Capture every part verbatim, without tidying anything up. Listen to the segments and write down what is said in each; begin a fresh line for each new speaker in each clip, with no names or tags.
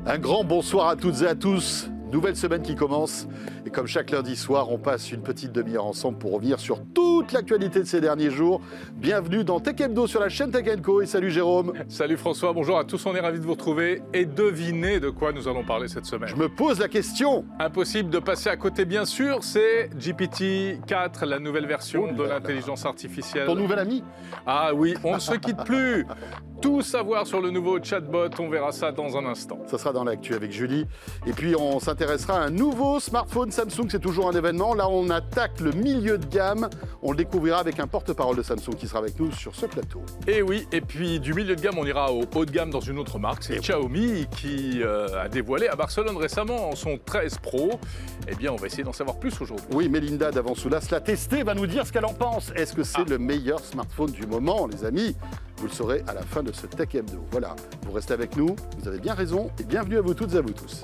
Un grand bonsoir à toutes et à tous. Nouvelle semaine qui commence. Et comme chaque lundi soir, on passe une petite demi-heure ensemble pour revenir sur toute l'actualité de ces derniers jours. Bienvenue dans Tech Hebdo sur la chaîne Tech and Co. Et salut Jérôme.
Salut François, bonjour à tous, on est ravis de vous retrouver. Et devinez de quoi nous allons parler cette semaine.
Je me pose la question.
Impossible de passer à côté, bien sûr, c'est G P T quatre, la nouvelle version
Oh
de
là
l'intelligence artificielle.
Ton nouvel ami.
Ah oui, on ne se quitte plus. Tout savoir sur le nouveau chatbot, on verra ça dans un instant.
Ça sera dans l'actu avec Julie. Et puis on s'intéressera à un nouveau smartphone Samsung, c'est toujours un événement. Là, on attaque le milieu de gamme. On le découvrira avec un porte-parole de Samsung qui sera avec nous sur ce plateau.
Et oui, et puis du milieu de gamme, on ira au haut de gamme dans une autre marque. C'est
Et
Xiaomi qui euh, a dévoilé à Barcelone récemment son treize Pro. Eh bien, on va essayer d'en savoir plus aujourd'hui.
Oui, Mélinda d'Avansoulas l'a testé, va nous dire ce qu'elle en pense. Est-ce que c'est
Ah.
le meilleur smartphone du moment, les amis? Vous le saurez à la fin de ce Tech Hebdo. Voilà, vous restez avec nous, vous avez bien raison, et bienvenue à vous toutes et à vous tous.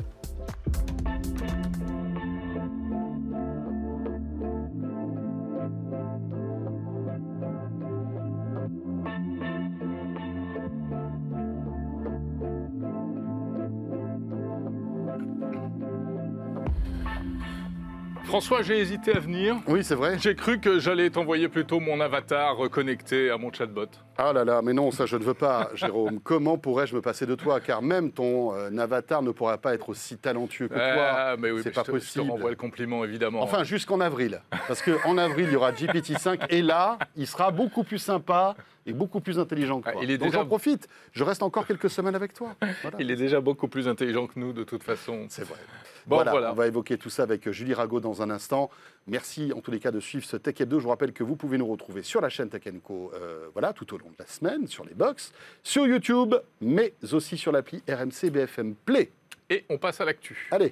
François, j'ai hésité à venir.
Oui, c'est vrai.
J'ai cru que j'allais t'envoyer plutôt mon avatar connecté à mon chatbot.
Ah là là, mais non, ça je ne veux pas, Jérôme. Comment pourrais-je me passer de toi? Car même ton euh, avatar ne pourra pas être aussi talentueux que toi.
Ah, mais oui,
c'est
mais
pas
je te,
possible.
Je te renvoie le compliment, évidemment.
Enfin, jusqu'en avril. Parce qu'en avril, il y aura G P T cinq. Et là, il sera beaucoup plus sympa et beaucoup plus intelligent que toi.
Ah, il est
Donc
déjà-
j'en profite. Je reste encore quelques semaines avec toi. Voilà.
Il est déjà beaucoup plus intelligent que nous, de toute façon.
C'est vrai.
Bon,
voilà,
voilà.
on va évoquer tout ça avec Julie Rago dans un instant. Merci en tous les cas de suivre ce Tech Hebdo. Je vous rappelle que vous pouvez nous retrouver sur la chaîne Tech and Co, euh, voilà, tout au long de la semaine, sur les box, sur YouTube, mais aussi sur l'appli R M C B F M Play.
Et on passe à l'actu.
Allez.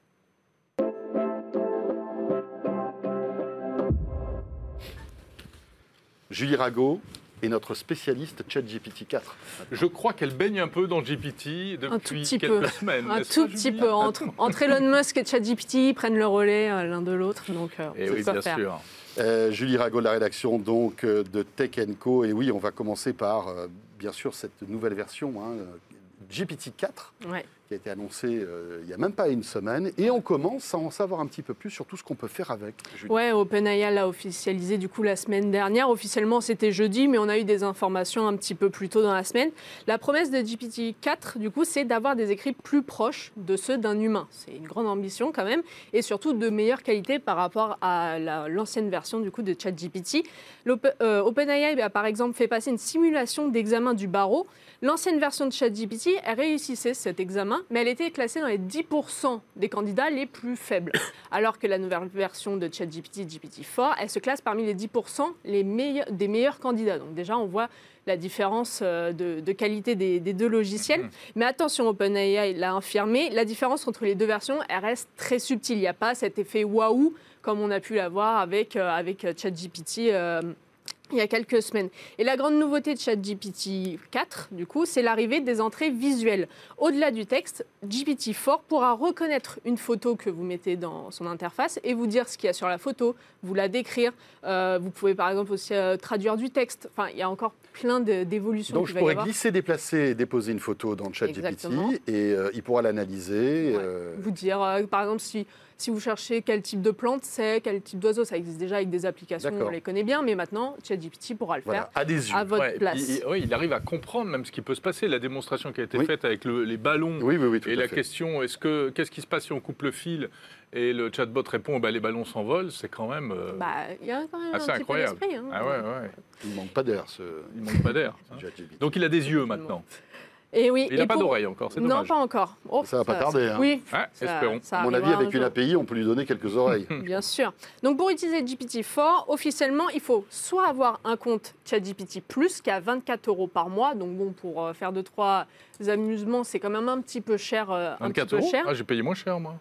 Julie Rago est notre spécialiste ChatGPT quatre.
Je crois qu'elle baigne un peu dans G P T
Un tout
depuis
petit
quelques
peu.
semaines.
Un
n'est-ce
tout
pas,
petit
Julie
peu. Entre, entre Elon Musk et ChatGPT, ils prennent le relais euh, l'un de l'autre. Donc, euh, on
Et
sait
oui,
quoi
bien
faire.
sûr.
Euh, Julie Rago de la rédaction donc euh, de Tech and Co. Et oui, on va commencer par, euh, bien sûr, cette nouvelle version, hein, euh, G P T quatre,
Ouais.
qui a été annoncée euh, il n'y a même pas une semaine. Et on commence à en savoir un petit peu plus sur tout ce qu'on peut faire avec. Julie.
Ouais, OpenAI l'a officialisé du coup la semaine dernière. Officiellement, c'était jeudi, mais on a eu des informations un petit peu plus tôt dans la semaine. La promesse de G P T quatre, du coup, c'est d'avoir des écrits plus proches de ceux d'un humain. C'est une grande ambition quand même, et surtout de meilleure qualité par rapport à la- l'ancienne version du coup de ChatGPT. L'Open- euh, OpenAI a par exemple fait passer une simulation d'examen du barreau. L'ancienne version de ChatGPT, elle réussissait cet examen, mais elle était classée dans les dix pour cent des candidats les plus faibles. Alors que la nouvelle version de ChatGPT, G P T quatre, elle se classe parmi les dix pour cent les meilleurs, des meilleurs candidats. Donc déjà, on voit la différence euh, de, de qualité des, des deux logiciels. Mais attention, OpenAI l'a affirmé, la différence entre les deux versions, elle reste très subtile. Il n'y a pas cet effet waouh comme on a pu l'avoir avec, euh, avec ChatGPT euh, il y a quelques semaines. Et la grande nouveauté de ChatGPT quatre, du coup, c'est l'arrivée des entrées visuelles. Au-delà du texte, G P T quatre pourra reconnaître une photo que vous mettez dans son interface et vous dire ce qu'il y a sur la photo, vous la décrire. Euh, vous pouvez par exemple aussi euh, traduire du texte. Enfin, il y a encore plein de- d'évolutions
Donc
qu'il
je
va y
pourrais
avoir.
glisser, déplacer et déposer une photo dans ChatGPT
Exactement.
et euh, il pourra l'analyser.
Ouais.
euh,
Vous dire, euh, par exemple, si, si vous cherchez quel type de plante c'est, quel type d'oiseau, ça existe déjà avec des applications,
D'accord.
on les connaît bien, mais maintenant, ChatGPT pourra le
voilà,
faire
à des yeux.
à votre
Ouais, et
place.
puis, oui, il arrive à comprendre même ce qui peut se passer. La démonstration qui a été
Oui.
faite avec le- les ballons
Oui, oui, oui, tout
et
à
la
fait.
question, est-ce que qu'est-ce qui se passe si on coupe le fil et le chatbot répond, bah, les ballons s'envolent, c'est quand même euh,
Bah, il y a quand même
assez
un petit
incroyable.
peu d'esprit. Hein.
Ah ouais, ouais.
Il ne manque pas d'air, ce,
Il manque pas d'air.
ce
hein.
ChatGPT.
Donc il a des yeux maintenant.
Et oui,
Il n'a
et
pas
pour-
d'oreille encore, c'est
Non,
dommage.
pas encore. Oh,
Ça va pas tarder, hein.
Oui,
Ouais,
ça-
espérons.
ça
À mon avis,
arrivera
avec
un
une
jour.
A P I, on peut lui donner quelques oreilles.
Bien sûr. Donc pour utiliser G P T quatre, officiellement, il faut soit avoir un compte ChatGPT Plus qui est à vingt-quatre euros par mois. Donc bon, pour euh, faire deux, trois amusements, c'est quand même un petit peu cher. euh, un petit
vingt-quatre
peu
euros
cher.
Ah, j'ai payé moins cher, moi.
Ah,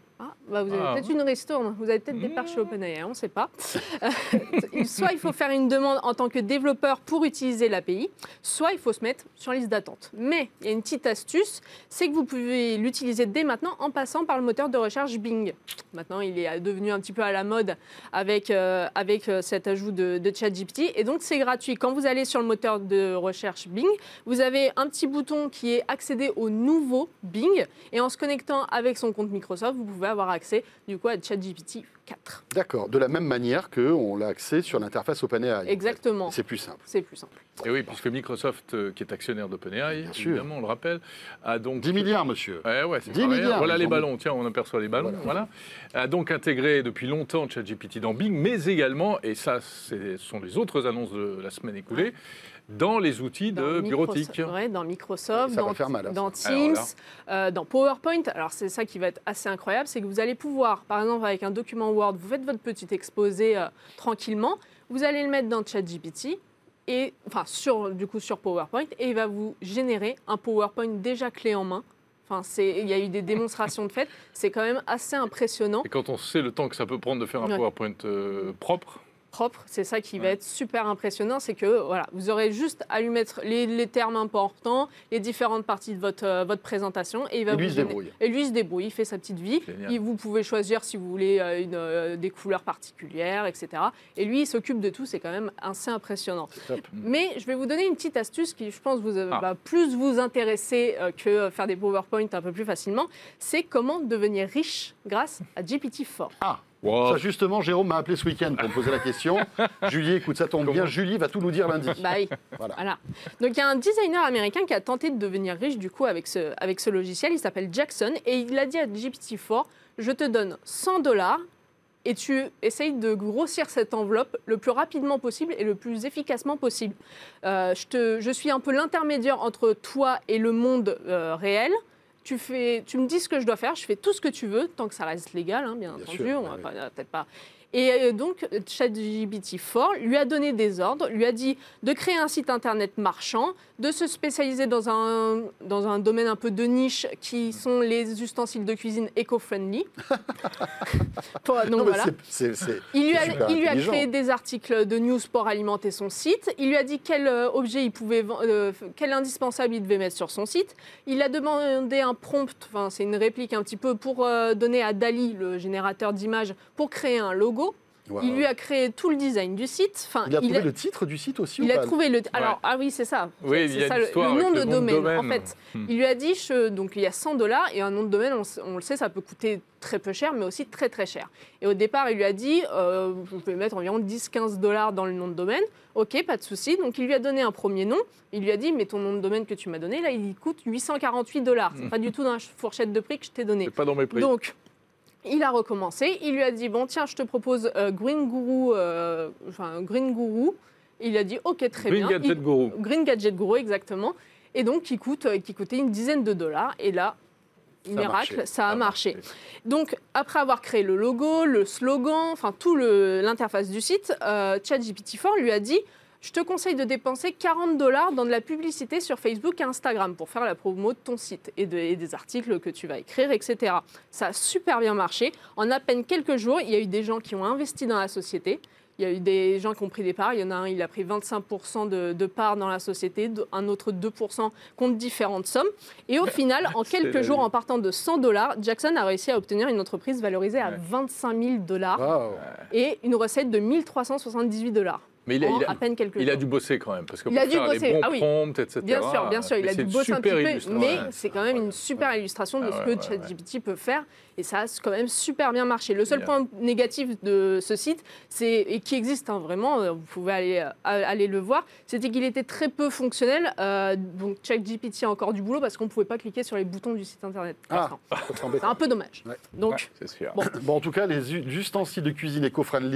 bah, vous avez
Ah.
peut-être une ristourne, vous avez peut-être des parts chez OpenAI, on ne sait pas. Euh, soit il faut faire une demande en tant que développeur pour utiliser l'A P I, soit il faut se mettre sur liste d'attente. Mais il y a une petite astuce, c'est que vous pouvez l'utiliser dès maintenant en passant par le moteur de recherche Bing. Maintenant, il est devenu un petit peu à la mode avec, euh, avec euh, cet ajout de, de ChatGPT. Et donc, c'est gratuit. Quand vous allez sur le moteur de recherche Bing, vous avez un petit bouton qui est accéder au nouveau Bing. Et en se connectant avec son compte Microsoft, vous pouvez avoir accès du coup à ChatGPT quatre.
D'accord, de la même manière qu'on l'a accès sur l'interface OpenAI.
Exactement.
En fait. C'est plus simple.
C'est plus simple.
Et oui, puisque Microsoft, euh, qui est actionnaire d'OpenAI,
Bien sûr.
évidemment, on le rappelle, a donc...
dix milliards, monsieur.
Ouais, ouais, c'est
dix
pas rien.
milliards,
Voilà
ils
les
ont
ballons, tiens, on aperçoit les ballons, voilà. A donc intégré depuis longtemps ChatGPT dans Bing, mais également, et ça, ce sont les autres annonces de la semaine écoulée, dans les outils
Dans
de
Microsoft-
bureautique.
ouais, dans Microsoft,
Ça va
dans,
faire mal, hein,
dans
ça.
Teams,
Alors
euh, dans PowerPoint. Alors c'est ça qui va être assez incroyable, c'est que vous allez pouvoir, par exemple avec un document Word, vous faites votre petit exposé euh, tranquillement, vous allez le mettre dans ChatGPT, et, enfin sur, du coup sur PowerPoint, et il va vous générer un PowerPoint déjà clé en main. Enfin, c'est- il y a eu des démonstrations de fait, c'est quand même assez impressionnant.
Et quand on sait le temps que ça peut prendre de faire un
Ouais.
PowerPoint euh, propre,
Propre, c'est ça qui va
Ouais.
être super impressionnant, c'est que voilà, vous aurez juste à lui mettre les, les termes importants, les différentes parties de votre, euh, votre présentation, et il va
Et lui,
vous
il se
générer-
débrouille.
Et lui il se débrouille, il fait sa petite vie.
Génial.
Et vous pouvez choisir si vous voulez euh, une, euh, des couleurs particulières, et cetera. Et lui, il s'occupe de tout, c'est quand même assez impressionnant.
Top.
Mais je vais vous donner une petite astuce qui, je pense, vous, euh,
Ah.
va plus vous intéresser euh, que euh, faire des PowerPoint un peu plus facilement. C'est comment devenir riche grâce à G P T quatre.
Ah,
wow.
ça justement, Jérôme m'a appelé ce week-end pour me poser la question. Julie, écoute, ça tombe bien,
Comment
Julie va tout nous dire lundi.
Bah oui.
Voilà.
Voilà. Donc il y a un designer américain qui a tenté de devenir riche du coup avec ce, avec ce logiciel. Il s'appelle Jackson et il a dit à G P T quatre, je te donne cent dollars et tu essayes de grossir cette enveloppe le plus rapidement possible et le plus efficacement possible. Euh, je, te, je suis un peu l'intermédiaire entre toi et le monde euh, réel. Tu, fais, tu me dis ce que je dois faire, je fais tout ce que tu veux, tant que ça reste légal, hein, bien,
Bien
entendu.
sûr,
on
ouais,
va
ouais.
pas- peut-être pas. Et euh, donc, ChatGPT quatre lui a donné des ordres, lui a dit de créer un site internet marchand, de se spécialiser dans un, dans un domaine un peu de niche qui sont les ustensiles de cuisine éco-friendly. Pour- donc
Non, mais
voilà.
c'est- c'est- c'est-
Il lui,
c'est
a,
super
il lui a
intelligent.
créé des articles de news pour alimenter son site. Il lui a dit quel euh, objet il pouvait, ven- euh, quel indispensable il devait mettre sur son site. Il a demandé un prompt, enfin c'est une réplique un petit peu pour euh, donner à Dali, le générateur d'images, pour créer un logo.
Wow.
Il lui a créé tout le design du site. Enfin,
Il a trouvé
a,
le titre du site aussi
il
ou
a
pas
trouvé le. Alors ah oui c'est ça.
Oui,
C'est
il y a
ça,
une
le-
histoire
le nom
avec
de
le nom de
domaine.
domaine.
En fait,
Hmm.
il lui a dit je- donc il y a cent dollars et un nom de domaine, on, s- on le sait, ça peut coûter très peu cher, mais aussi très très cher. Et au départ, il lui a dit euh, je vais mettre environ dix à quinze dollars dans le nom de domaine. Ok, pas de souci. Donc il lui a donné un premier nom. Il lui a dit mais ton nom de domaine que tu m'as donné là, il coûte huit cent quarante-huit dollars. C'est
Hmm.
pas du tout dans la fourchette de prix que je t'ai donné.
C'est pas dans mes prix.
Donc, il a recommencé. Il lui a dit bon, tiens, je te propose euh, Green Guru, euh, enfin Green Guru. Il a dit ok, très
Green
bien.
Gadget
Il-
Guru.
Green Gadget Guru, exactement. Et donc, qui, coûte, euh, qui coûtait une dizaine de dollars. Et là,
Ça a
miracle,
marché.
ça a marché. Donc, après avoir créé le logo, le slogan, enfin tout le- l'interface du site, euh, ChatGPT quatre lui a dit je te conseille de dépenser quarante dollars dans de la publicité sur Facebook et Instagram pour faire la promo de ton site et, de- et des articles que tu vas écrire, et cetera. Ça a super bien marché. En à peine quelques jours, il y a eu des gens qui ont investi dans la société. Il y a eu des gens qui ont pris des parts. Il y en a un, il a pris vingt-cinq pour cent de, de parts dans la société, un autre deux pour cent contre différentes sommes. Et au final, en
C'est
quelques
la
jours,
vie.
en partant de cent dollars, Jackson a réussi à obtenir une entreprise valorisée à
Ouais.
vingt-cinq mille dollars
Waouh.
et une recette de mille trois cent soixante-dix-huit dollars.
Mais il a,
en
il a-
à peine quelques
il
jours.
a dû bosser quand même, parce que
Il
pour
a dû
faire
bosser,
les bons
ah oui.
prompts, et cetera.
Bien sûr, bien sûr, il
mais
a
c'est
dû
une
bosser un petit
super
peu,
illustration.
mais
Ouais,
c'est quand même une super illustration de
Ah
ce
ouais,
que
ouais, ouais.
ChatGPT peut faire. Et ça a quand même super bien marché. Le seul
Génial.
point négatif de ce site, c'est, et qui existe hein, vraiment, euh, vous pouvez aller, euh, aller le voir, c'était qu'il était très peu fonctionnel. Euh, donc ChatGPT a encore du boulot parce qu'on ne pouvait pas cliquer sur les boutons du site internet. pour
Ah,
l'instant.
c'est
C'est
embêtant.
un peu dommage.
Ouais.
Donc,
Ouais, c'est sûr.
Bon.
Bon, en tout cas, les u- ustensiles de cuisine éco-friendly,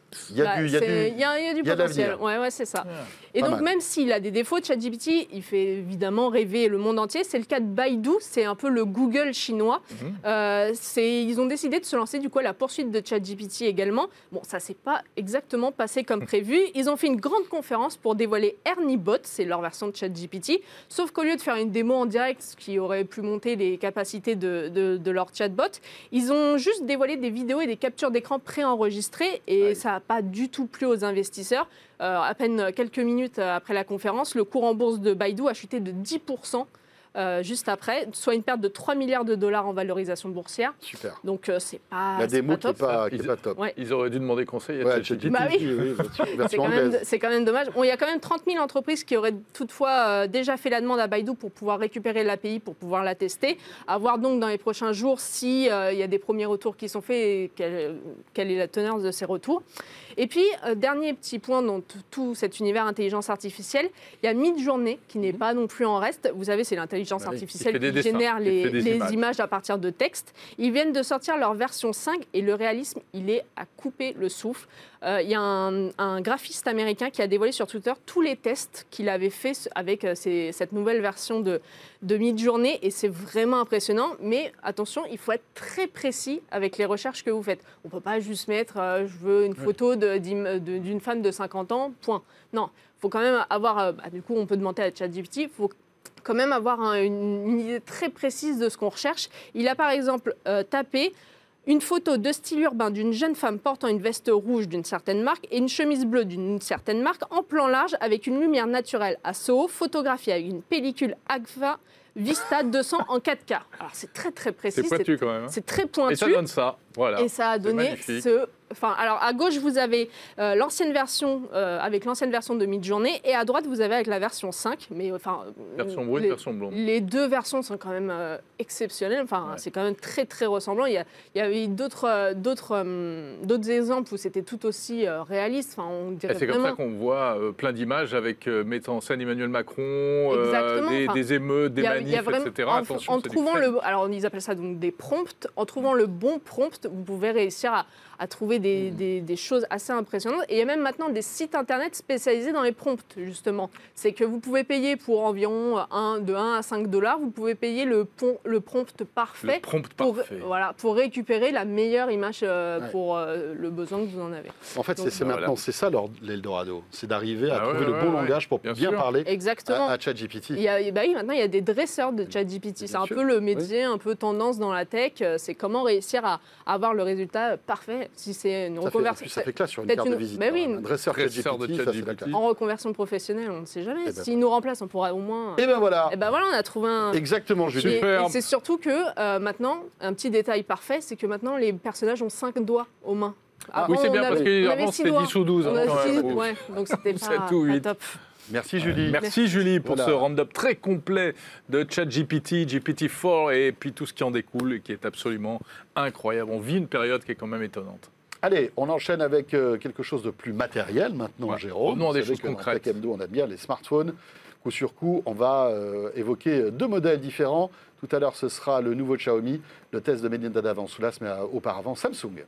Il y a
Bah,
du, il y a
c'est-
du,
il y a- il y a du
il y a de
potentiel.
l'avenir.
Ouais, ouais, c'est ça.
Ouais.
Et
Pas
donc,
mal.
même s'il a des défauts, ChatGPT, il fait évidemment rêver le monde entier. C'est le cas de Baidu, c'est un peu le Google chinois.
Mhm.
Euh, c'est- ils ont décidé de se lancer du coup à la poursuite de ChatGPT également. Bon, ça s'est pas exactement passé comme prévu. Ils ont fait une grande conférence pour dévoiler ErnieBot, c'est leur version de ChatGPT. Sauf qu'au lieu de faire une démo en direct, ce qui aurait pu monter les capacités de, de, de leur chatbot, ils ont juste dévoilé des vidéos et des captures d'écran préenregistrées et
Ouais.
ça n'a pas du tout plu aux investisseurs. Euh, à peine quelques minutes après la conférence, le cours en bourse de Baidu a chuté de dix pour cent euh, juste après, soit une perte de trois milliards de dollars en valorisation boursière.
Super.
Donc euh, c'est pas,
La
c'est
démo
pas
qui n'est
top.
pas, qui est
Ils-
pas top.
Ouais.
Ils auraient dû demander conseil à
Ouais,
ChatGPT.
Bah oui.
oui, version-
C'est
version
quand, même,
anglaise.
c'est quand même dommage. Bon, il y a quand même trente mille entreprises qui auraient toutefois euh, déjà fait la demande à Baidu pour pouvoir récupérer l'A P I, pour pouvoir la tester. À voir donc dans les prochains jours si euh, il y a des premiers retours qui sont faits et quelle, quelle est la teneur de ces retours. Et puis, euh, dernier petit point dans t- tout cet univers intelligence artificielle, il y a Midjourney qui n'est pas non plus en reste. Vous savez, c'est l'intelligence
Ah oui,
artificielle
il fait des
qui
dessins,
génère
il
les,
fait des
les
images.
images à partir de texte. Ils viennent de sortir leur version cinq et le réalisme, il est à couper le souffle. Euh, Il y a un, un graphiste américain qui a dévoilé sur Twitter tous les tests qu'il avait fait avec euh, ces- cette nouvelle version de, de Midjourney et c'est vraiment impressionnant. Mais attention, il faut être très précis avec les recherches que vous faites. On ne peut pas juste mettre euh, je veux une photo de- d'im- de- d'une femme de cinquante ans, point. Non, il faut quand même avoir, euh, bah, du coup on peut demander à ChatGPT, il faut quand même avoir un- une, une idée très précise de ce qu'on recherche. Il a par exemple euh, tapé une photo de style urbain d'une jeune femme portant une veste rouge d'une certaine marque et une chemise bleue d'une certaine marque en plan large avec une lumière naturelle à Soho, photographiée avec une pellicule Agfa Vista deux cents en quatre K. Alors c'est très très précis,
C'est pointu quand même. hein.
c'est très pointu.
Et ça donne ça. Voilà.
Et ça a donné
magnifique.
ce. Enfin, alors à gauche vous avez euh, l'ancienne version euh, avec l'ancienne version de Midjourney et à droite vous avez avec la version cinq. Mais enfin.
Version brune,
les,
version blonde.
les deux versions sont quand même euh, exceptionnelles. Enfin,
Ouais.
c'est quand même très très ressemblant. Il y a, il y a eu d'autres euh, d'autres euh, d'autres exemples où c'était tout aussi euh, réaliste. Enfin, on
Et
dirait
c'est comme
vraiment.
ça qu'on voit euh, plein d'images avec euh, mettant en scène Emmanuel Macron, euh,
Exactement,
des,
enfin,
des émeutes, des
Il y a-
manifs,
il y a vraiment-
et cetera.
En,
Attention,
en
c'est du
trouvant
fait.
le, alors ils appellent ça donc des prompts. En trouvant le bon prompt, vous pouvez réussir à, à trouver
Mm.
des, des- des choses assez impressionnantes. Et il y a même maintenant des sites internet spécialisés dans les prompts justement. C'est que vous pouvez payer pour environ un, de un à cinq dollars. Vous pouvez payer le, pon- le prompt parfait.
Le prompt
Pour,
parfait.
voilà, pour récupérer la meilleure image euh,
Ouais.
pour euh, le besoin que vous en avez.
En fait, c'est
Donc,
c'est
voilà.
maintenant, c'est ça leur- l'Eldorado. C'est d'arriver à
Ah ouais,
trouver le
ouais,
bon
ouais,
langage pour
bien
bien,
sûr.
parler
Exactement.
à, à ChatGPT.
Il y a, bah oui, maintenant, il y a des dresseurs de ChatGPT. C'est un
sûr,
peu le métier, un peu tendance dans la tech. Euh, C'est comment réussir à avoir le résultat parfait. Si c'est une
Ça fait, en
reconversion,
plus, ça fait classe sur une
peut-être
carte
une-
de visite.
bah oui,
hein.
une-
Un dresseur
Dresseur de
ChatGPT, ça c'est la
ChatGPT.
classe.
en reconversion professionnelle, on ne sait jamais.
Eh ben.
S'ils nous remplacent, on pourra au moins.
Et ben voilà.
Et ben voilà, on a trouvé un.
Exactement, Julie.
Et,
Super.
et c'est surtout que euh, maintenant, un petit détail parfait, c'est que maintenant les personnages ont cinq doigts aux mains.
Ah,
oui, c'est
Avant,
bien
on
parce
avait- on avait
qu'avant
six
c'était
doigts.
dix ou douze.
On
hein,
a
quand
six-
même.
ouais, donc c'était pas,
sept ou
pas
huit.
top.
Merci Julie.
Merci Julie pour
Voilà.
ce round-up très complet de ChatGPT, G P T quatre et puis tout ce qui en découle et qui est absolument incroyable. On vit une période qui est quand même étonnante.
Allez, on enchaîne avec euh, quelque chose de plus matériel maintenant,
Ouais,
Jérôme.
revenons à des
Vous savez
choses
que dans
concrètes.
Tech M deux, on a bien les smartphones. Coup sur coup, on va euh, évoquer deux modèles différents. Tout à l'heure, ce sera le nouveau Xiaomi, le test de Medina d'avant Soulas, mais euh, auparavant Samsung.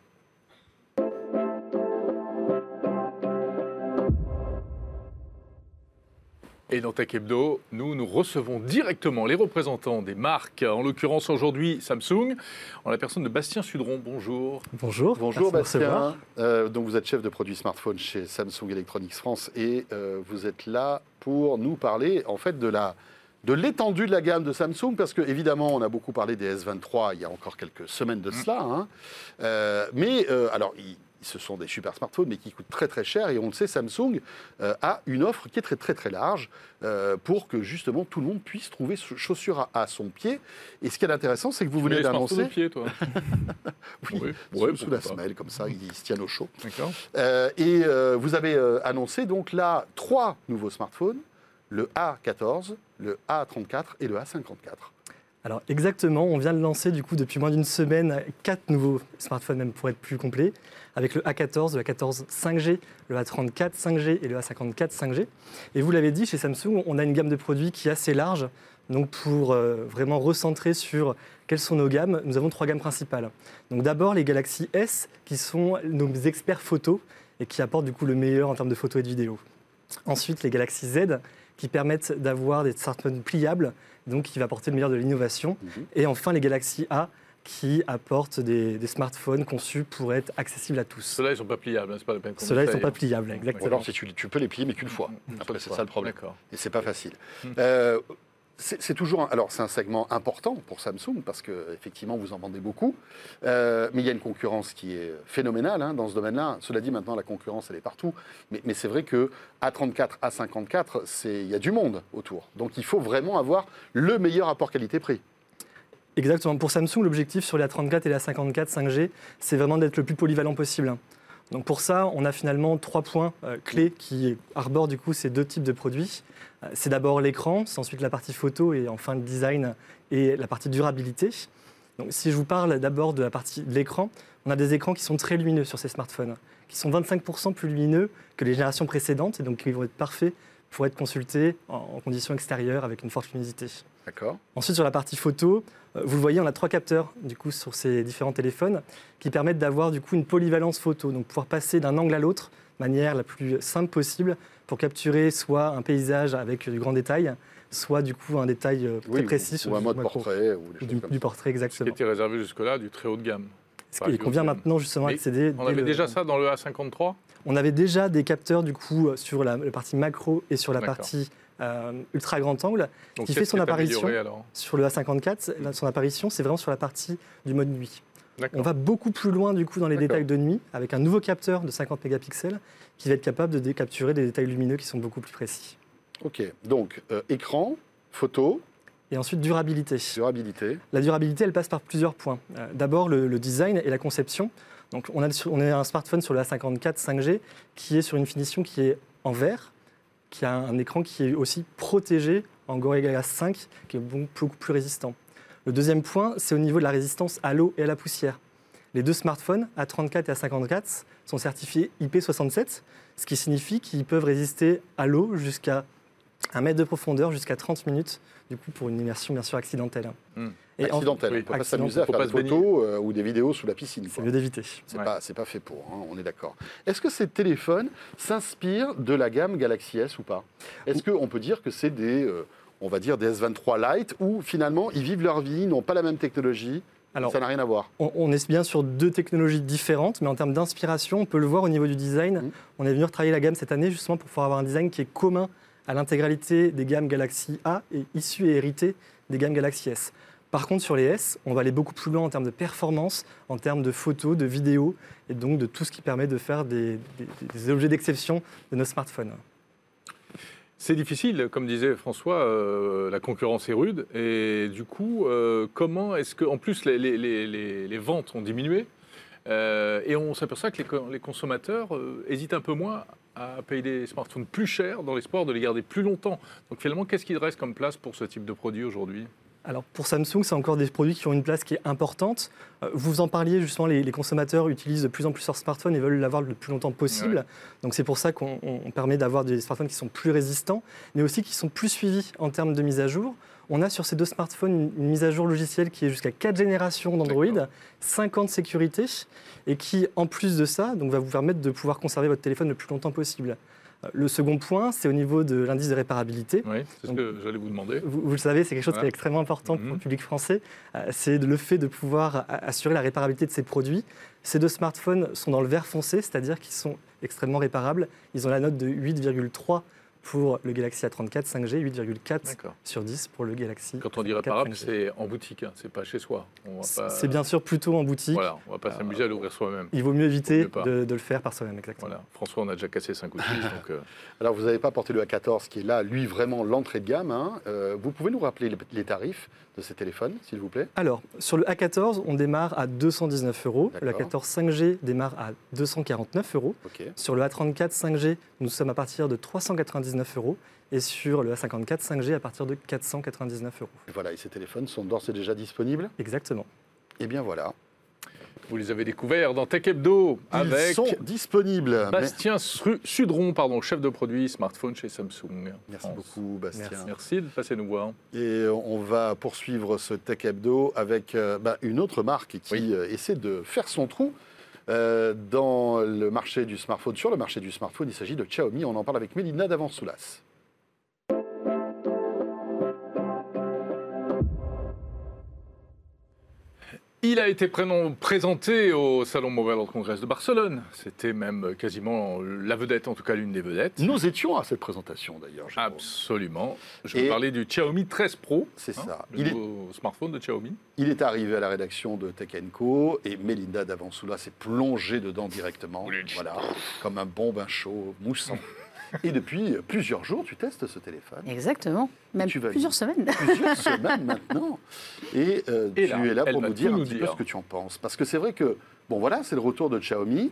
Et dans Tech Hebdo, nous, nous recevons directement les représentants des marques, en l'occurrence aujourd'hui Samsung, en la personne de Bastien Sudron. Bonjour.
Bonjour.
Bonjour
merci de me recevoir.
Bastien. Euh, donc vous êtes chef de produits smartphone chez Samsung Electronics France et euh, vous êtes là pour nous parler en fait de la de l'étendue de la gamme de Samsung parce que évidemment on a beaucoup parlé des S vingt-trois il y a encore quelques semaines de cela, hein. Euh, mais euh, alors ils, ce sont des super smartphones mais qui coûtent très très cher et on le sait Samsung euh, a une offre qui est très très très large euh, pour que justement tout le monde puisse trouver chaussure à, à son pied et ce qui est intéressant c'est que vous
Tu mets
venez
les smartphones
d'annoncer
au pied, toi.
oui,
Oui,
sous,
ouais,
sous la
pourquoi pas.
semelle comme ça ils se tiennent au chaud.
D'accord.
Euh, et euh, vous avez euh, annoncé donc là trois nouveaux smartphones, le A quatorze, le A trente-quatre et le A cinquante-quatre.
Alors exactement, on vient de lancer du coup depuis moins d'une semaine quatre nouveaux smartphones même pour être plus complet, avec le A quatorze, le A quatorze cinq G, le A trente-quatre cinq G et le A cinquante-quatre cinq G. Et vous l'avez dit, chez Samsung, on a une gamme de produits qui est assez large. Donc pour euh, vraiment recentrer sur quelles sont nos gammes, nous avons trois gammes principales. Donc d'abord les Galaxy S qui sont nos experts photos et qui apportent du coup le meilleur en termes de photos et de vidéos. Ensuite, les Galaxy Z qui permettent d'avoir des smartphones pliables, donc qui va apporter le meilleur de l'innovation. Mmh. Et enfin, les Galaxy A qui apportent des, des smartphones conçus pour être accessibles à tous.
Ceux-là, ils ne sont pas pliables, hein, c'est pas la peine qu'on
Ceux-là, ils ne sont
essaye,
pas
hein.
pliables, exactement.
Ou alors, si tu, tu peux les plier, mais qu'une fois.
Mmh.
Après,
Mmh.
c'est ça le problème.
D'accord.
Et c'est pas facile.
Mmh.
Euh, c'est, c'est toujours un, alors, c'est un segment important pour Samsung, parce qu'effectivement, vous en vendez beaucoup. Euh, mais il y a une concurrence qui est phénoménale hein, dans ce domaine-là. Cela dit, maintenant, la concurrence, elle est partout. Mais, mais c'est vrai que A trente-quatre, A cinquante-quatre, il y a du monde autour. Donc, il faut vraiment avoir le meilleur rapport qualité-prix.
Exactement. Pour Samsung, l'objectif sur la trente-quatre et la cinquante-quatre cinq G, c'est vraiment d'être le plus polyvalent possible. Donc pour ça, on a finalement trois points euh, clés qui arborent du coup ces deux types de produits. Euh, c'est d'abord l'écran, c'est ensuite la partie photo et enfin le design et la partie durabilité. Donc si je vous parle d'abord de la partie de l'écran, on a des écrans qui sont très lumineux sur ces smartphones, qui sont vingt-cinq pour cent plus lumineux que les générations précédentes et donc qui vont être parfaits pour être consultés en, en conditions extérieures avec une forte luminosité.
D'accord.
Ensuite, sur la partie photo, euh, vous le voyez, on a trois capteurs du coup, sur ces différents téléphones qui permettent d'avoir du coup, une polyvalence photo, donc pouvoir passer d'un angle à l'autre de manière la plus simple possible pour capturer soit un paysage avec du grand détail, soit du coup un détail euh, très
oui,
précis.
Ou,
sur
ou un mode
macro,
portrait. Ou des
du,
choses comme
du
ça.
portrait, exactement.
Ce qui était réservé jusque-là du très haut de gamme.
Ce qui convient maintenant justement
Mais
accéder.
On avait
le...
déjà ça dans le A cinquante-trois.
On avait déjà des capteurs du coup sur la, la partie macro et sur la
D'accord.
partie euh, ultra grand angle.
Donc,
qui fait son
est
apparition
alors
sur le A cinquante-quatre. Son apparition, c'est vraiment sur la partie du mode nuit.
D'accord.
On va beaucoup plus loin du coup dans les
D'accord.
détails de nuit avec un nouveau capteur de cinquante mégapixels qui va être capable de dé- capturer des détails lumineux qui sont beaucoup plus précis.
Ok, donc euh, écran, photo,
Et ensuite durabilité.
durabilité.
La durabilité, elle passe par plusieurs points. Euh, D'abord le, le design et la conception. Donc on a, on a un smartphone sur le A cinquante-quatre cinq G qui est sur une finition qui est en verre, qui a un écran qui est aussi protégé en Gorilla Glass cinq, qui est beaucoup plus résistant. Le deuxième point, c'est au niveau de la résistance à l'eau et à la poussière. Les deux smartphones, A trente-quatre et A cinquante-quatre, sont certifiés I P soixante-sept, ce qui signifie qu'ils peuvent résister à l'eau jusqu'à un mètre de profondeur, jusqu'à trente minutes, du coup pour une immersion bien sûr accidentelle.
Hmm.
Et en-
Accidentel.
oui,
on ne peut pas
accidentel.
s'amuser à
Faut
faire
pas
des
se baigner.
photos euh, ou des vidéos sous la piscine.
c'est
quoi.
mieux d'éviter.
C'est
Ouais.
pas, c'est pas fait pour, hein, on est d'accord. Est-ce que ces téléphones s'inspirent de la gamme Galaxy S ou pas? Est-ce qu'on peut dire que c'est des, euh, on va dire des S vingt-trois Lite ou finalement ils vivent leur vie, ils n'ont pas la même technologie,
Alors,
ça n'a rien à voir?
On, on est bien sur deux technologies différentes, mais en termes d'inspiration, on peut le voir au niveau du design.
Mmh.
On est venu retravailler la gamme cette année justement pour pouvoir avoir un design qui est commun à l'intégralité des gammes Galaxy A et issu et hérité des gammes Galaxy S. Par contre, sur les S, on va aller beaucoup plus loin en termes de performance, en termes de photos, de vidéos, et donc de tout ce qui permet de faire des, des- des objets d'exception de nos smartphones.
C'est difficile, comme disait François, euh, la concurrence est rude. Et du coup, euh, comment est-ce que, en plus, les, les- les- les- les ventes ont diminué euh, et on s'aperçoit que les, co- les consommateurs euh, hésitent un peu moins à payer des smartphones plus chers dans l'espoir de les garder plus longtemps. Donc finalement, qu'est-ce qu'il reste comme place pour ce type de produit aujourd'hui?
Alors pour Samsung, c'est encore des produits qui ont une place qui est importante. Euh, Vous en parliez justement, les, les consommateurs utilisent de plus en plus leur smartphone et veulent l'avoir le plus longtemps possible.
Ouais.
Donc c'est pour ça qu'on on- on permet d'avoir des smartphones qui sont plus résistants, mais aussi qui sont plus suivis en termes de mise à jour. On a sur ces deux smartphones une, une mise à jour logicielle qui est jusqu'à quatre générations d'Android,
D'accord.
cinq ans de sécurité, et qui, en plus de ça, donc, va vous permettre de pouvoir conserver votre téléphone le plus longtemps possible. Euh, Le second point, c'est au niveau de l'indice de réparabilité.
Oui, c'est ce
Donc,
que j'allais vous demander.
Vous, vous le savez, c'est quelque chose
Voilà.
qui est extrêmement important pour
Mhm.
le public français. Euh, c'est le fait de pouvoir a- assurer la réparabilité de ces produits. Ces deux smartphones sont dans le vert foncé, c'est-à-dire qu'ils sont extrêmement réparables. Ils ont la note de huit virgule trois pour le Galaxy A trente-quatre cinq G, huit virgule quatre
D'accord.
sur dix pour le Galaxy.
Quand on dit
A trente-quatre
réparable,
cinq G.
c'est en boutique, hein, c'est pas chez soi. On va pas-
C'est bien sûr plutôt en boutique.
Voilà, on va pas s'amuser à l'ouvrir soi-même.
Il vaut mieux éviter
Vaut mieux pas.
de, de le faire par soi-même, exactement.
Voilà. François, on a déjà cassé cinq ou six, donc euh,
Alors vous n'avez pas porté le A quatorze qui est là, lui vraiment l'entrée de gamme. hein. Euh, vous pouvez nous rappeler les, les tarifs de ces téléphones, s'il vous plaît?
Alors, sur le A quatorze, on démarre à deux cent dix-neuf euros. Le A
D'accord.
quatorze cinq G démarre à deux cent quarante-neuf euros.
Ok.
Sur le A trente-quatre cinq G, nous sommes à partir de trois cent quatre-vingt-dix-neuf euros. Et sur le A cinquante-quatre cinq G, à partir de quatre cent quatre-vingt-dix-neuf euros.
Et voilà, et ces téléphones sont d'ores et déjà disponibles.
Exactement.
Et bien voilà,
vous les avez découverts dans Tech Hebdo avec
ils sont disponibles. Mais-
Bastien Sru- Sudron, pardon, chef de produit smartphone chez Samsung.
Merci
France.
beaucoup, Bastien.
Merci.
Merci de passer nous voir.
Et on va poursuivre ce Tech Hebdo avec euh, bah, une autre marque qui
Oui.
euh, essaie de faire son trou euh, dans le marché du smartphone. Sur le marché du smartphone, il s'agit de Xiaomi. On en parle avec Mélina Davansoulas.
Il a été présenté au Salon Mobile World Congress de Barcelone. C'était même quasiment la vedette, en tout cas l'une des vedettes.
Nous étions à cette présentation d'ailleurs.
Absolument. Je
Et
vais parler du Xiaomi treize Pro.
C'est
hein,
ça.
Le
Il
nouveau est... smartphone de Xiaomi.
Il est arrivé à la rédaction de Tech and Co et Mélinda Davansoulas s'est plongée dedans directement. Voilà, comme un bon bain chaud, moussant. Et depuis plusieurs jours, tu testes ce téléphone.
Exactement. Même plusieurs semaines.
Plusieurs semaines maintenant. Et, euh,
Et
tu
là,
es là pour
nous
nous dire un
nous
petit
dire.
peu ce que tu en penses. Parce que c'est vrai que, bon voilà, c'est le retour de Xiaomi,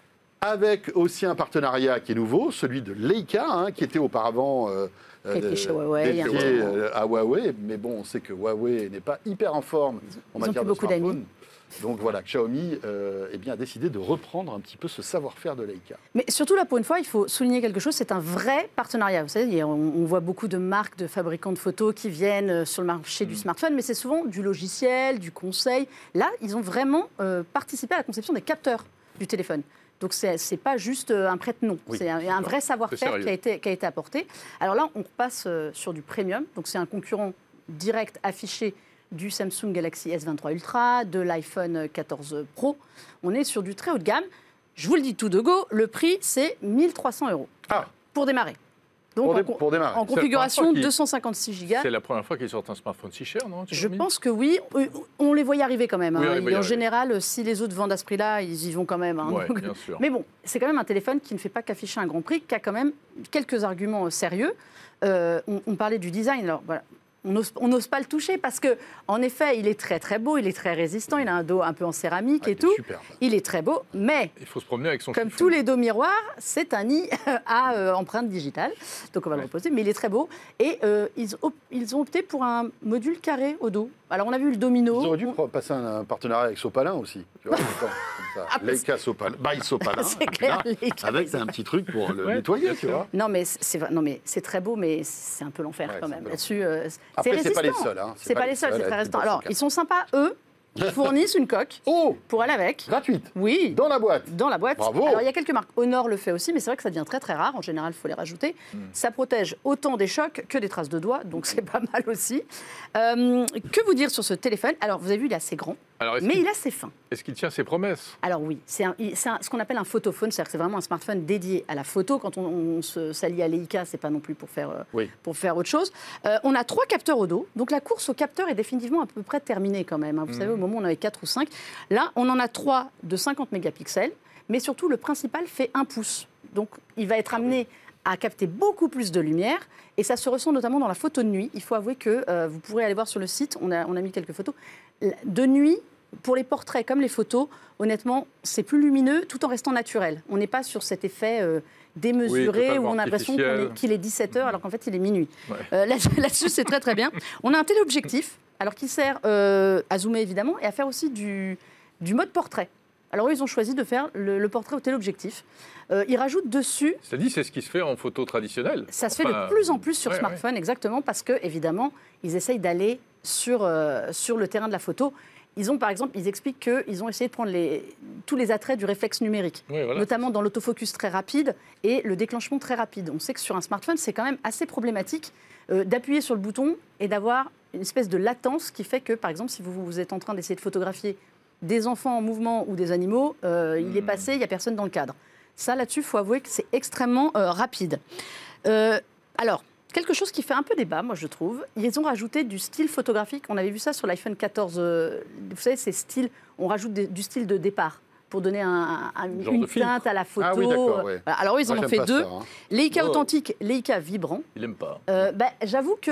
avec aussi un partenariat qui est nouveau, celui de Leica, hein, qui était auparavant euh,
Dédié chez Huawei,
dédié,
il y a un
euh, à Huawei. Mais bon, on sait que Huawei n'est pas hyper en forme en
Ils ont
matière
plus
de
beaucoup
smartphone.
d'amis.
Donc voilà, Xiaomi euh, eh bien, a décidé de reprendre un petit peu ce savoir-faire de Leica.
Mais surtout là, pour une fois, il faut souligner quelque chose, c'est un vrai partenariat. Vous savez, on, on voit beaucoup de marques, de fabricants de photos qui viennent sur le marché du smartphone, mais c'est souvent du logiciel, du conseil. Là, ils ont vraiment euh, participé à la conception des capteurs du téléphone. Donc, ce n'est pas juste un prête-nom,
Oui,
c'est un, un vrai savoir-faire qui a, été, qui a été apporté. Alors là, on passe euh, sur du premium, donc c'est un concurrent direct affiché du Samsung Galaxy S vingt-trois Ultra, de l'iPhone quatorze Pro. On est sur du très haut de gamme. Je vous le dis tout de go, le prix, c'est mille trois cents euros
Ah.
pour démarrer. Donc,
Pour, dé-
en,
pour démarrer.
en
C'est la
configuration
première fois qu'il-
deux cent cinquante-six gigas.
C'est la première fois qu'ils sortent un smartphone si cher, non
Je
Xiaomi
pense que oui. Euh, On les voit y arriver quand même.
Oui,
hein.
on les voit y
Et en
arriver.
général, si les autres vendent à ce prix-là, ils y vont quand même. hein.
Ouais,
Donc-
bien sûr.
Mais bon, c'est quand même un téléphone qui ne fait pas qu'afficher un grand prix, qui a quand même quelques arguments euh, sérieux. Euh, on, on parlait du design. Alors voilà. On n'ose on n'ose pas le toucher parce que, en effet, il est très très beau, il est très résistant, il a un dos un peu en céramique
Ah,
et
il est
tout.
superbe.
Il est très beau, mais
Il faut se promener avec son
comme
chiffon.
tous les dos miroirs, c'est un nid à euh, empreinte digitale. Donc on va le
Ouais.
reposer, mais il est très beau. Et euh, ils, op- ils ont opté pour un module carré au dos. Alors on a vu le domino.
Ils auraient dû
On-
pro- passer un, un partenariat avec Sopalin aussi. Tu vois, comme ça, comme ça.
Ah, parce-
Leica Sopalin. By Sopalin.
C'est clair,
Là,
Leica.
avec un petit truc pour le
Ouais,
nettoyer,
bien
tu
sûr.
vois.
Non mais c'est vrai- non mais c'est très beau, mais c'est un peu l'enfer
Ouais,
quand
c'est un
même.
peu
Là-dessus, euh,
Après,
c'est
c'est pas les
résistant.
seuls. Hein.
C'est pas les seuls, c'est
à
très
être
résistant.
dans ce
Alors
cas.
ils sont sympas, eux. Ils fournissent une coque
Oh,
pour aller avec.
gratuite,
Oui.
dans la boîte.
Dans la boîte.
Bravo.
Alors, il y a quelques marques. Honor le fait aussi, mais c'est vrai que ça devient très très rare. En général, il faut les rajouter. Ça protège autant des chocs que des traces de doigts, donc c'est pas mal aussi. Euh, que vous dire sur ce téléphone? Alors, vous avez vu, il est assez grand,
Alors, est-ce
mais
qu'il
il est assez fin.
est-ce qu'il tient ses promesses?
Alors oui, c'est un- il- c'est un- ce qu'on appelle un photophone, c'est-à-dire que c'est vraiment un smartphone dédié à la photo. Quand on, on se s'allie à Leica, c'est pas non plus pour faire, euh,
Oui.
pour faire autre chose. Euh, on a trois capteurs au dos, donc la course au capteur est définitivement à peu près terminée quand même. hein. Vous savez, au moment où on avait quatre ou cinq, là, on en a trois de cinquante mégapixels, mais surtout le principal fait un pouce. Donc il va être amené à capter beaucoup plus de lumière, et ça se ressent notamment dans la photo de nuit. Il faut avouer que euh, vous pourrez aller voir sur le site, on a, on a mis quelques photos. De nuit, pour les portraits comme les photos, honnêtement, c'est plus lumineux tout en restant naturel. On n'est pas sur cet effet euh, démesuré
Oui, totalement
où on a l'impression qu'on
artificiel.
est- qu'il est dix-sept heures alors qu'en fait il est minuit.
Ouais.
Euh, là- Là-dessus, c'est très très bien. On a un téléobjectif, alors qui sert euh, à zoomer évidemment et à faire aussi du, du mode portrait. Alors eux, ils ont choisi de faire le, le portrait au téléobjectif. Euh, ils rajoutent dessus.
C'est-à-dire, c'est ce qui se fait en photo traditionnelle.
Ça se fait
Enfin,
de plus en plus sur
ouais, ouais.
smartphone, exactement, parce que évidemment, ils essayent d'aller sur, euh, sur le terrain de la photo. Ils ont, par exemple, ils expliquent qu'ils ont essayé de prendre les, tous les attraits du réflexe numérique,
Oui, voilà.
notamment dans l'autofocus très rapide et le déclenchement très rapide. On sait que sur un smartphone, c'est quand même assez problématique euh, d'appuyer sur le bouton et d'avoir une espèce de latence qui fait que, par exemple, si vous, vous êtes en train d'essayer de photographier des enfants en mouvement ou des animaux, euh, il est passé, il n'y a personne dans le cadre. Ça, là-dessus, il faut avouer que c'est extrêmement euh, rapide. Euh, alors, quelque chose qui fait un peu débat, moi, je trouve. Ils ont rajouté du style photographique. On avait vu ça sur l'iPhone quatorze. euh, vous savez, ces styles, on rajoute des- du style de départ pour donner un, un-
Genre
une
de filtre.
teinte à la photo.
Ah oui, d'accord, ouais.
Voilà. Alors, eux, ils
Moi,
en ont
j'aime
fait
pas
deux.
ça, hein.
Leica
Oh.
authentique, Leica vibrant.
Il aime pas.
Euh, bah, j'avoue que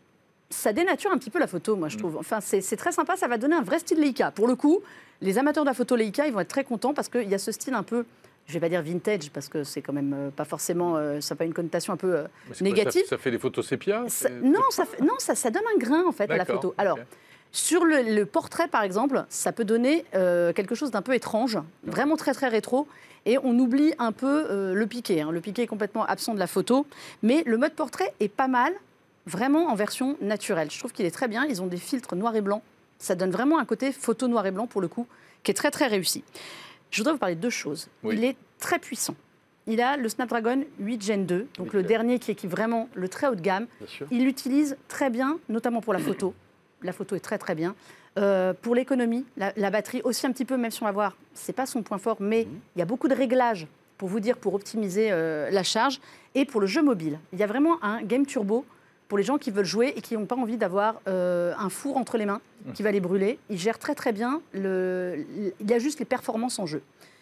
ça dénature un petit peu la photo, moi, je trouve. Enfin, c'est c'est très sympa, ça va donner un vrai style Leica. Pour le coup, les amateurs de la photo Leica, ils vont être très contents parce qu'il y a ce style un peu, je vais pas dire vintage, parce que c'est quand même euh, pas forcément, euh, ça n'a pas une connotation un peu euh,
Mais c'est quoi,
négative.
ça, ça fait des photos sépia?
Ça-
c'est-
non, ça, fait- non ça, ça donne un grain, en fait, à la
D'accord,
photo. Alors,
ok.
sur le, le portrait, par exemple, ça peut donner euh, quelque chose d'un peu étrange, vraiment très, très rétro. Et on oublie un peu euh, le piqué. hein. Le piqué est complètement absent de la photo. Mais le mode portrait est pas mal, vraiment en version naturelle. Je trouve qu'il est très bien. Ils ont des filtres noir et blanc. Ça donne vraiment un côté photo noir et blanc, pour le coup, qui est très, très réussi. Je voudrais vous parler de deux choses.
Oui.
Il est très puissant. Il a le Snapdragon huit Gen deux, donc
huit
le
Gen.
dernier qui est vraiment le très haut de gamme.
Bien sûr.
Il l'utilise très bien, notamment pour la photo. La photo est très très bien. Euh, pour l'économie, la, la batterie aussi un petit peu, même si on va voir, c'est pas son point fort, mais
Mhm.
il y a beaucoup de réglages pour vous dire, pour optimiser euh, la charge. Et pour le jeu mobile, il y a vraiment un game turbo pour les gens qui veulent jouer et qui n'ont pas envie d'avoir euh, un four entre les mains qui va les brûler. Il gère très très bien. Le, le- il y a juste les performances en jeu.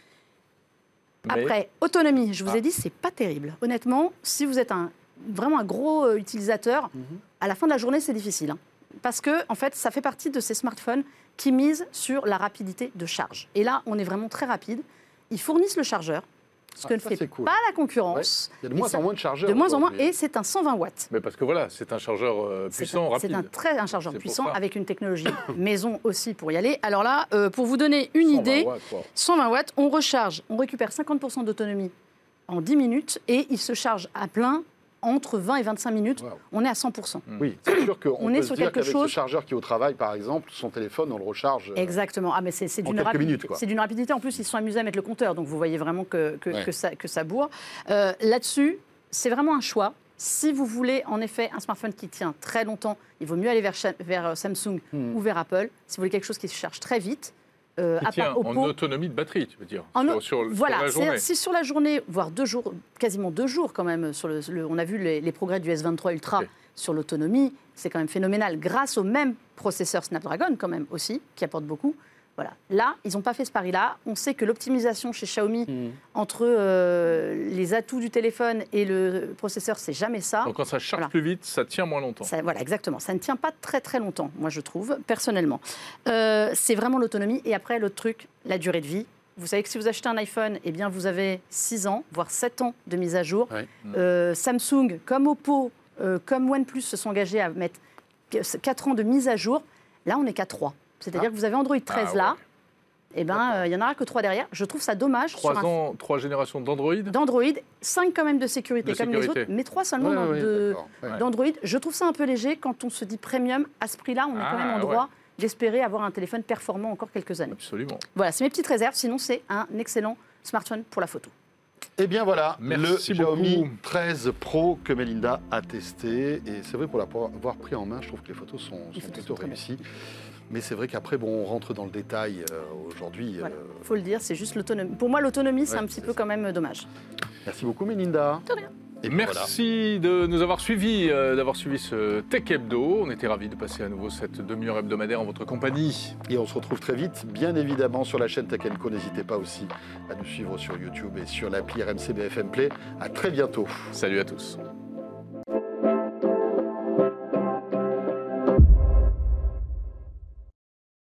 Mais-
Après, autonomie, je vous
Ah.
ai dit, c'est pas terrible. Honnêtement, si vous êtes un, vraiment un gros euh, utilisateur,
Mhm.
à la fin de la journée, c'est difficile. hein. Parce que, en fait, ça fait partie de ces smartphones qui misent sur la rapidité de charge. Et là, on est vraiment très rapide. Ils fournissent le chargeur, ce
Ah,
que ne
ça,
fait
c'est cool.
pas la concurrence.
Il y a de
Et
moins
ça-
en moins de chargeurs.
De moins en moins,
aujourd'hui.
et c'est un cent vingt watts.
Mais parce que voilà, c'est un chargeur euh,
C'est
puissant,
un-
rapide.
C'est un très un chargeur
C'est pour
puissant
ça.
avec une technologie maison aussi pour y aller. Alors là, euh, pour vous donner une
cent vingt
idée,
watts, quoi.
cent vingt watts, on recharge, on récupère cinquante pour cent d'autonomie en dix minutes et il se charge à plein entre vingt et vingt-cinq minutes.
Waouh.
On est à cent pour cent.
Oui, c'est sûr qu'on
On
peut
est
se
sur
dire
quelque
qu'avec
chose-
ce chargeur qui est au travail, par exemple, son téléphone, on le recharge. euh,
Exactement. Ah, mais c'est c'est
en
d'une
quelques
rapidité.
minutes, quoi.
C'est d'une rapidité. En plus, ils se sont amusés à mettre le compteur, donc vous voyez vraiment que, que,
Ouais.
que ça, que ça bourre. Euh, Là-dessus, c'est vraiment un choix. Si vous voulez, en effet, un smartphone qui tient très longtemps, il vaut mieux aller vers, Cha- vers euh, Samsung
Hmm.
ou vers Apple. Si vous voulez quelque chose qui se charge très vite, euh,
Qui
à
tient
part
en
Oppo.
autonomie de batterie, tu veux dire,
En
sur,
o-
sur- sur
Voilà,
la
c'est-
journée.
si sur la journée, voire deux jours, quasiment deux jours quand même, sur le, le- on a vu les, les progrès du S vingt-trois Ultra
Ok.
sur l'autonomie, c'est quand même phénoménal, grâce au même processeur Snapdragon quand même aussi, qui apporte beaucoup. Voilà. Là, ils n'ont pas fait ce pari-là. On sait que l'optimisation chez Xiaomi,
Mhm.
entre euh, les atouts du téléphone et le processeur, c'est jamais ça.
Donc quand ça charge
Voilà.
plus vite, ça tient moins longtemps.
Ça- voilà, exactement. Ça ne tient pas très très longtemps, moi je trouve, personnellement. Euh, c'est vraiment l'autonomie. Et après, l'autre truc, la durée de vie. Vous savez que si vous achetez un iPhone, eh bien, vous avez six ans, voire sept ans de mise à jour.
Ouais.
Euh, Samsung, comme Oppo, euh, comme OnePlus se sont engagés à mettre quatre ans de mise à jour. Là, on n'est qu'à trois. C'est-à-dire que vous avez Android treize
Ah,
là,
ouais.
eh ben, euh, il y en aura que trois derrière. Je trouve ça dommage.
Trois
sur un-
ans, trois générations d'Android.
D'Android, cinq quand même de sécurité
De
comme les
sécurité.
autres, mais trois seulement
Ouais,
dans-
ouais,
de-
d'accord. Ouais.
d'Android. Je trouve ça un peu léger quand on se dit premium. À ce prix-là, on est
Ah,
quand même en
ouais.
droit d'espérer avoir un téléphone performant encore quelques années.
Absolument.
Voilà, c'est mes petites réserves. Sinon, c'est un excellent smartphone pour la photo.
Eh bien voilà,
Merci
le Xiaomi
beaucoup.
treize Pro que Melinda a testé. Et c'est vrai, pour l'avoir pris en main, je trouve que les photos sont,
Les
sont
photos
plutôt
sont très
réussies. Mais c'est vrai qu'après, bon, on rentre dans le détail euh, aujourd'hui.
Voilà.
euh,
Il faut le dire, c'est juste l'autonomie. Pour moi, l'autonomie, c'est
Ouais,
un petit
c'est
peu
ça.
quand même dommage.
Merci beaucoup, Melinda.
De rien.
Et puis voilà.
Merci de nous avoir suivis, euh, d'avoir suivi ce Tech Hebdo. On était ravis de passer à nouveau cette demi-heure hebdomadaire en votre compagnie.
Et on se retrouve très vite, bien évidemment, sur la chaîne Tech and Co. N'hésitez pas aussi à nous suivre sur YouTube et sur l'appli R M C B F M Play. À très bientôt.
Salut à tous.